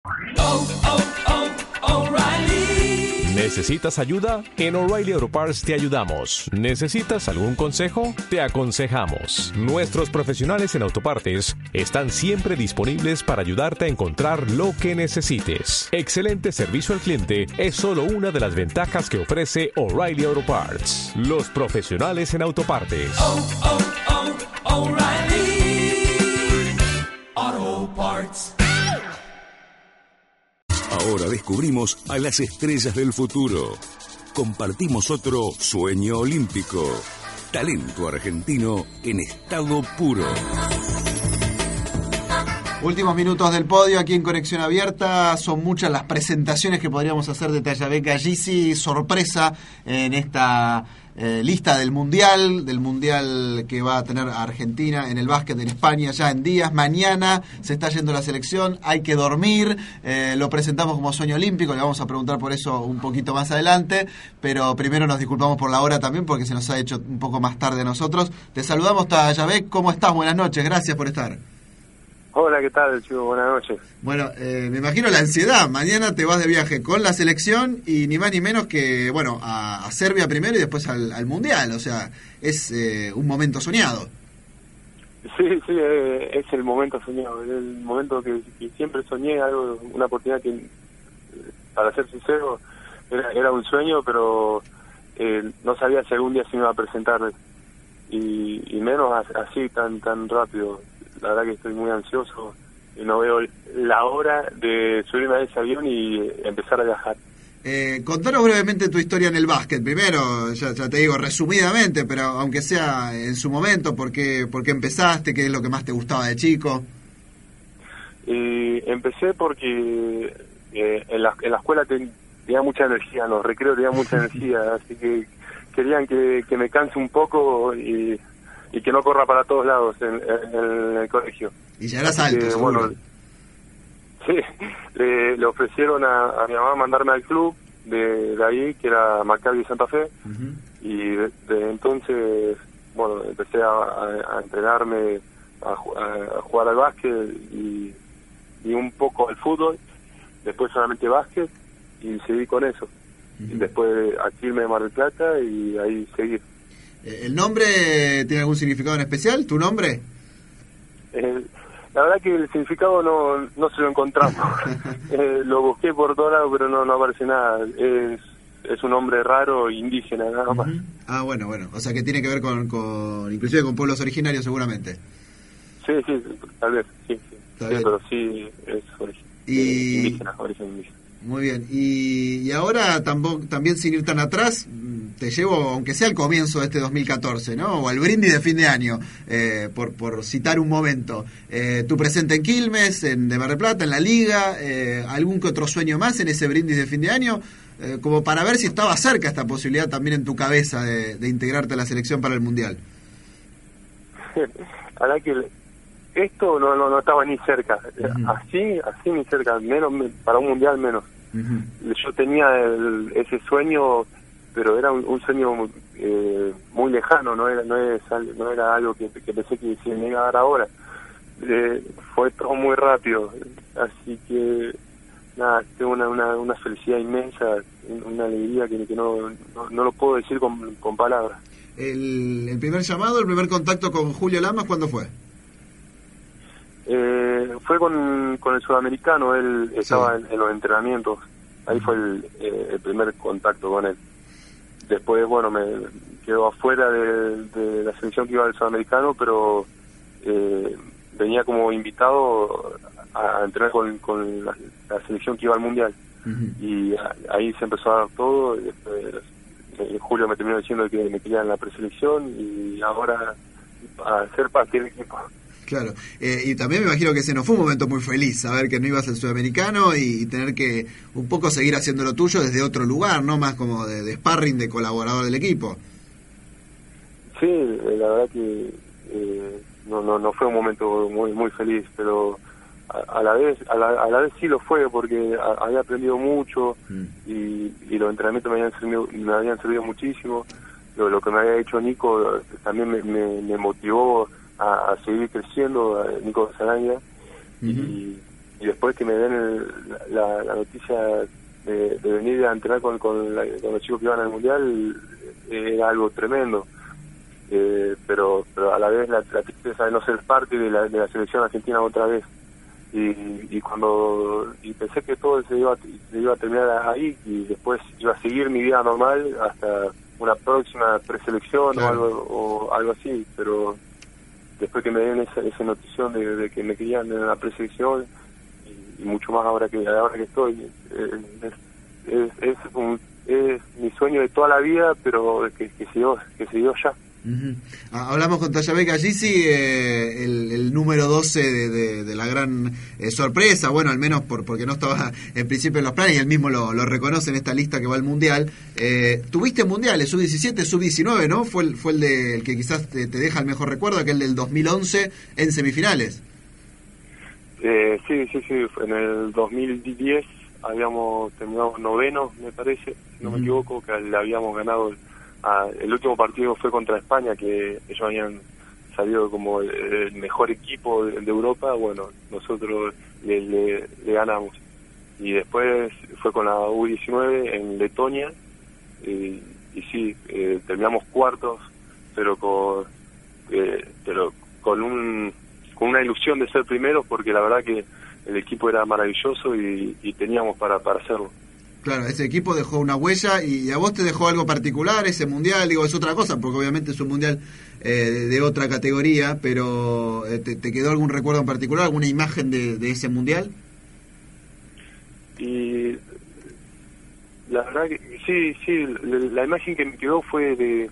¿Necesitas ayuda? En O'Reilly Auto Parts te ayudamos. ¿Necesitas algún consejo? Te aconsejamos. Nuestros profesionales en autopartes están siempre disponibles para ayudarte a encontrar lo que necesites. Excelente servicio al cliente es solo una de las ventajas que ofrece O'Reilly Auto Parts. Los profesionales en autopartes. O'Reilly Auto Parts. Ahora descubrimos a las estrellas del futuro. Compartimos otro sueño olímpico. Talento argentino en estado puro. Últimos minutos del podio aquí en Conexión Abierta. Son muchas las presentaciones que podríamos hacer de Tallabeca Gisi. Sorpresa en esta lista del Mundial que va a tener Argentina en el básquet en España ya en días. Mañana se está yendo la selección, hay que dormir. Lo presentamos como sueño olímpico, le vamos a preguntar por eso un poquito más adelante. Pero primero nos disculpamos por la hora también porque se nos ha hecho un poco más tarde a nosotros. Te saludamos, Tallabec. ¿Cómo estás? Buenas noches, gracias por estar. Hola, ¿qué tal, chico? Buenas noches. Bueno, me imagino la ansiedad. Mañana te vas de viaje con la selección y ni más ni menos que, bueno, a Serbia primero y después al Mundial. O sea, es un momento soñado. Sí, es el momento soñado. Es el momento que siempre soñé, una oportunidad que, para ser sincero, era un sueño, pero no sabía si algún día se me iba a presentar. Y menos así, tan rápido. La verdad que estoy muy ansioso y no veo la hora de subirme a ese avión y empezar a viajar. Contanos brevemente tu historia en el básquet. Primero, ya te digo resumidamente, pero aunque sea en su momento, ¿por qué empezaste? ¿Qué es lo que más te gustaba de chico? Empecé porque en la escuela tenía mucha energía, en los recreos tenía mucha energía, así que querían que me canse un poco y que no corra para todos lados en el colegio. Y ya eras alto, seguro. Bueno, sí, le ofrecieron a mi mamá mandarme al club de ahí, que era Maccabi de Santa Fe, y desde entonces, bueno, empecé a entrenarme, a jugar al básquet y un poco al fútbol, después solamente básquet, y seguí con eso. Y después aquí irme de Mar del Plata y ahí seguir. ¿El nombre tiene algún significado en especial? ¿Tu nombre? La verdad que el significado no se lo encontramos. Lo busqué por todos lados, pero no aparece nada. Es un nombre raro, indígena, nada más. Ah, bueno. O sea que tiene que ver con inclusive con pueblos originarios, seguramente. Sí, tal vez, sí, pero sí es indígena, origen indígena. Muy bien, y ahora también sin ir tan atrás, te llevo, aunque sea al comienzo de este 2014, ¿no? O al brindis de fin de año, por citar un momento. Tu presente en Quilmes, de Mar del Plata, en la Liga, algún que otro sueño más en ese brindis de fin de año, como para ver si estaba cerca esta posibilidad también en tu cabeza de integrarte a la selección para el Mundial. La verdad que esto no estaba ni cerca, así ni cerca, menos para un Mundial menos. Yo tenía ese sueño, pero era un sueño muy lejano, no era algo que pensé que se me iba a dar ahora. Fue todo muy rápido, así que nada, tengo una felicidad inmensa, una alegría que no lo puedo decir con palabras. El primer llamado, el primer contacto con Julio Lamas, ¿cuándo fue? Fue con el sudamericano, él estaba en los entrenamientos, ahí fue el primer contacto con él. Después, bueno, me quedó afuera de la selección que iba al sudamericano, pero venía como invitado a entrenar con la selección que iba al mundial. Y ahí se empezó a dar todo, y después Julio me terminó diciendo que me quería en la preselección y ahora a ser parte del equipo. Claro, y también me imagino que ese no fue un momento muy feliz, saber que no ibas al sudamericano y tener que un poco seguir haciendo lo tuyo desde otro lugar, ¿no? Más como de sparring, de colaborador del equipo. Sí, la verdad que no fue un momento muy feliz, pero a la vez sí lo fue, porque había aprendido mucho y los entrenamientos me habían servido muchísimo. Lo que me había hecho Nico también me motivó a seguir creciendo, Nico Sarabia, y después que me den la noticia de venir a entrenar con los chicos que iban al Mundial, era algo tremendo. Pero a la vez la tristeza de no ser parte de la selección argentina otra vez. Y cuando pensé que todo se iba a terminar ahí, y después iba a seguir mi vida normal hasta una próxima preselección, claro, o algo así. Pero después que me den esa notición de que me querían en la preselección, y mucho más ahora que estoy, es mi sueño de toda la vida, pero que se dio ya. Uh-huh. Hablamos con Tayabek Agici, el número 12 de la gran sorpresa, bueno, al menos porque no estaba en principio en los planes, y él mismo lo reconoce en esta lista que va al Mundial. Tuviste mundiales, sub-17, sub-19, ¿no? Fue el que quizás te deja el mejor recuerdo, aquel del 2011 en semifinales. Sí, en el 2010 habíamos terminado noveno, me parece, si no me equivoco, que le habíamos ganado el último partido fue contra España, que ellos habían salido como el mejor equipo de Europa. Bueno, nosotros le ganamos, y después fue con la U19 en Letonia, y sí, terminamos cuartos, pero con una ilusión de ser primeros, porque la verdad que el equipo era maravilloso y teníamos para hacerlo. Claro, ese equipo dejó una huella, y a vos te dejó algo particular ese mundial. Digo, es otra cosa, porque obviamente es un mundial de otra categoría, pero ¿te quedó algún recuerdo en particular, alguna imagen de ese mundial? Y la verdad que sí, la imagen que me quedó fue de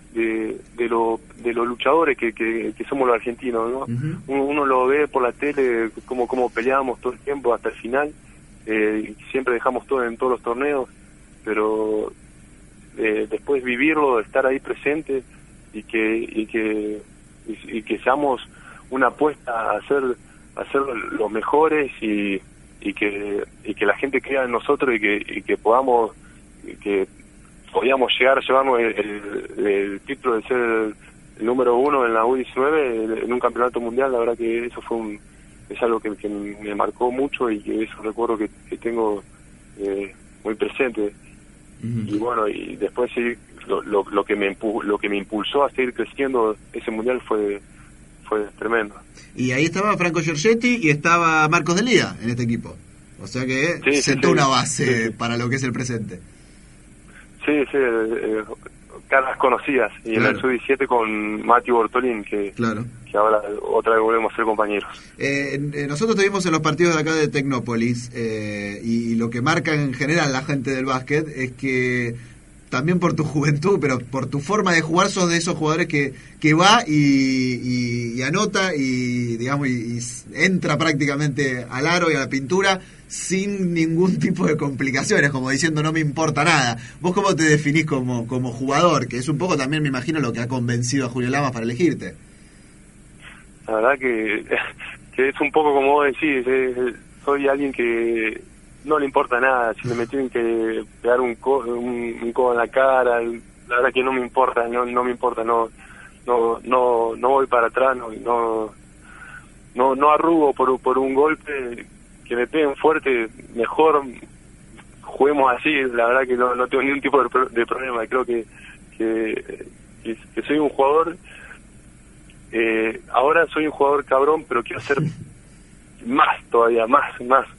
los luchadores que somos los argentinos, ¿no? Uh-huh. Uno lo ve por la tele, como peleamos todo el tiempo hasta el final. Siempre dejamos todo en todos los torneos, pero después vivirlo, estar ahí presente, y que seamos una apuesta a ser los mejores, y que la gente crea en nosotros, y que podamos llegarnos el título de ser el número 1 en la U19 en un campeonato mundial. La verdad que eso es algo que me marcó mucho, y que es un recuerdo que tengo muy presente. Uh-huh. Y bueno, y después sí, lo que me impulsó a seguir creciendo ese mundial fue tremendo. Y ahí estaba Franco Giorgetti y estaba Marcos Delía en este equipo, o sea que sentó una base para lo que es el presente. Sí, caras conocidas, y claro, en el sub-17 con Mati Bortolín, que ahora otra vez volvemos a ser compañeros. Nosotros te vimos en los partidos de acá de Tecnópolis, y lo que marca en general la gente del básquet es que también por tu juventud, pero por tu forma de jugar, sos de esos jugadores que va y anota, y digamos y entra prácticamente al aro y a la pintura sin ningún tipo de complicaciones, como diciendo no me importa nada. ¿Vos cómo te definís como jugador? Que es un poco también, me imagino, lo que ha convencido a Julio Lamas para elegirte. La verdad que es un poco como vos decís, soy alguien que no le importa nada. Si me tienen que pegar un codo en la cara, la verdad que no me importa, no me importa, no voy para atrás, no arrugo por un golpe. Que me peguen fuerte, mejor juguemos así. La verdad que no tengo ningún tipo de problema. Creo que soy un jugador, ahora soy un jugador cabrón, pero quiero ser más todavía, más.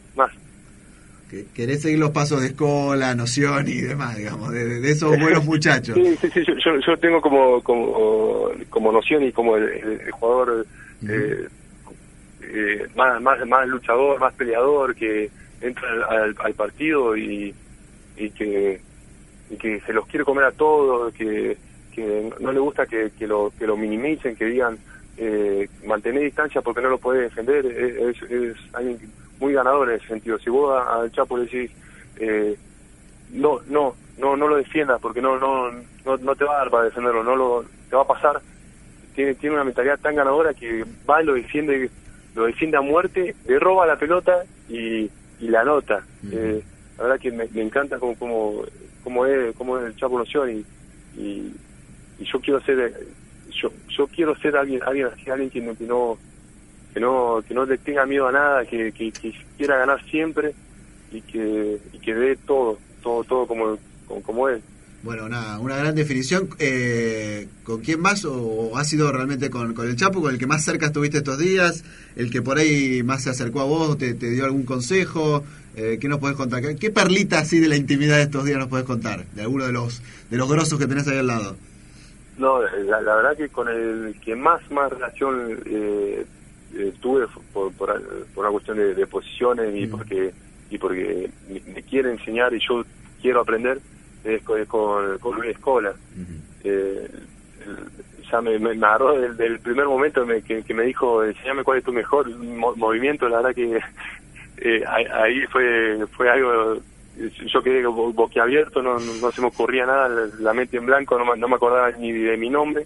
Querés seguir los pasos de Escola, Noción y demás, digamos, de esos buenos muchachos. Sí, yo tengo como Noción, y como el jugador más luchador, más peleador, que entra al partido y que se los quiere comer a todos, que no le gusta que lo minimicen, que digan mantener distancia porque no lo puede defender. Es alguien muy ganador en ese sentido. Si vos al Chapo le decís no lo defiendas porque no te va a dar para defenderlo, te va a pasar. Tiene una mentalidad tan ganadora que va y lo defiende a muerte, le roba la pelota y la anota. Uh-huh. La verdad que me encanta como es el Chapo Noción, y yo quiero ser alguien que que no le tenga miedo a nada, que quiera ganar siempre y que dé todo como él. Bueno, una gran definición. ¿Con quién más? ¿O ha sido realmente con el Chapu, con el que más cerca estuviste estos días? ¿El que por ahí más se acercó a vos, te dio algún consejo? ¿Qué nos podés contar? ¿Qué perlita así de la intimidad de estos días nos podés contar? De alguno de los grosos que tenés ahí al lado. No, la verdad que con el que más relación tuve por una cuestión de posiciones y porque me quiere enseñar y yo quiero aprender, es con Luis Escola. Ya me agarró del primer momento que me dijo, enséñame cuál es tu mejor movimiento. La verdad que ahí fue algo, yo quedé boquiabierto, no se me ocurría nada, la mente en blanco, no me acordaba ni de mi nombre.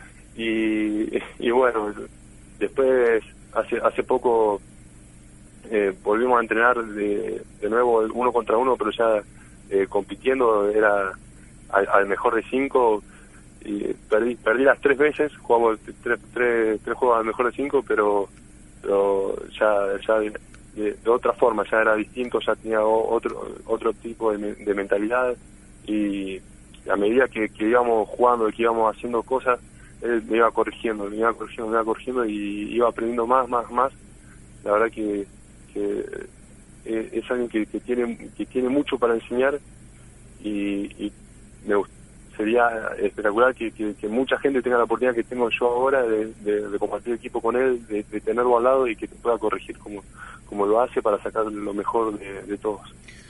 Y bueno, después hace poco volvimos a entrenar de nuevo 1 contra 1, pero ya compitiendo, era al mejor de 5, y perdí las 3 veces, jugamos tres juegos al mejor de 5, pero ya de otra forma, ya era distinto, ya tenía otro tipo de mentalidad, y a medida que íbamos jugando, que íbamos haciendo cosas, él me iba corrigiendo y iba aprendiendo más. La verdad que es alguien que tiene mucho para enseñar, y sería espectacular que mucha gente tenga la oportunidad que tengo yo ahora de compartir equipo con él, de tenerlo al lado y que te pueda corregir como lo hace para sacar lo mejor de todos.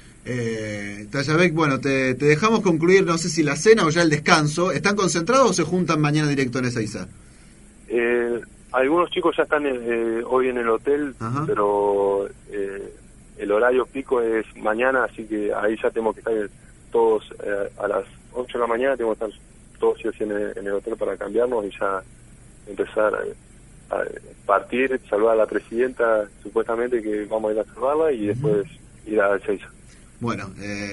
Tayabek, bueno, te dejamos concluir, no sé si la cena o ya el descanso. ¿Están concentrados o se juntan mañana directo en Ezeiza? Algunos chicos ya están hoy en el hotel. Ajá. Pero el horario pico es mañana, así que ahí ya tenemos que estar todos a las 8 de la mañana, tenemos que estar todos en el hotel para cambiarnos y ya empezar a partir, saludar a la presidenta, supuestamente que vamos a ir a saludarla, y después ir a Ezeiza. Bueno,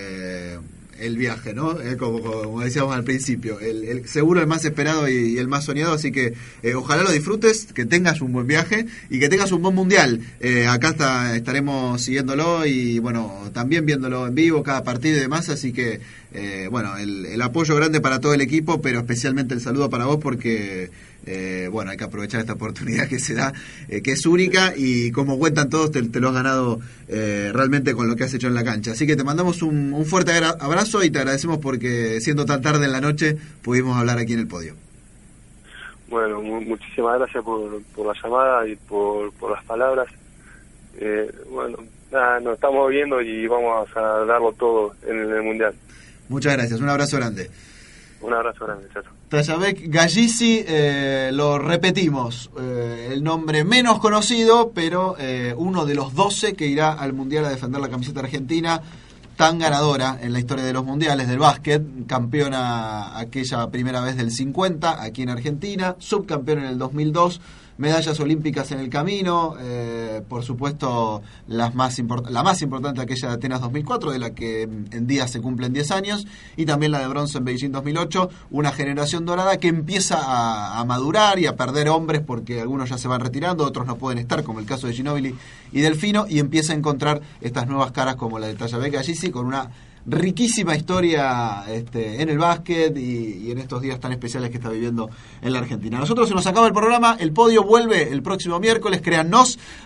el viaje, ¿no? Como decíamos al principio, seguro el más esperado y el más soñado, así que ojalá lo disfrutes, que tengas un buen viaje y que tengas un buen mundial. Acá estaremos siguiéndolo y, bueno, también viéndolo en vivo, cada partido y demás, así que, bueno, el apoyo grande para todo el equipo, pero especialmente el saludo para vos porque, bueno, hay que aprovechar esta oportunidad que se da, que es única, y como cuentan todos, te lo has ganado realmente con lo que has hecho en la cancha. Así que te mandamos un fuerte abrazo y te agradecemos porque, siendo tan tarde en la noche, pudimos hablar aquí en el podio. Bueno, muchísimas gracias por la llamada y por las palabras. Bueno, nada, nos estamos viendo y vamos a darlo todo en el Mundial. Muchas gracias, un abrazo grande. Un abrazo grande, chato. Tayabek Gallisi, lo repetimos, el nombre menos conocido, pero uno de los 12 que irá al Mundial a defender la camiseta argentina, tan ganadora en la historia de los mundiales del básquet, campeona aquella primera vez del 50 aquí en Argentina, subcampeona en el 2002, medallas olímpicas en el camino, por supuesto la más importante aquella de Atenas 2004, de la que en día se cumplen 10 años, y también la de bronce en Beijing 2008, una generación dorada que empieza a madurar y a perder hombres porque algunos ya se van retirando, otros no pueden estar, como el caso de Ginóbili y Delfino, y empieza a encontrar estas nuevas caras como la de Tayabek Gallisi, con una riquísima historia en el básquet y en estos días tan especiales que está viviendo en la Argentina. Nosotros se nos acaba el programa, el podio vuelve el próximo miércoles, créannos.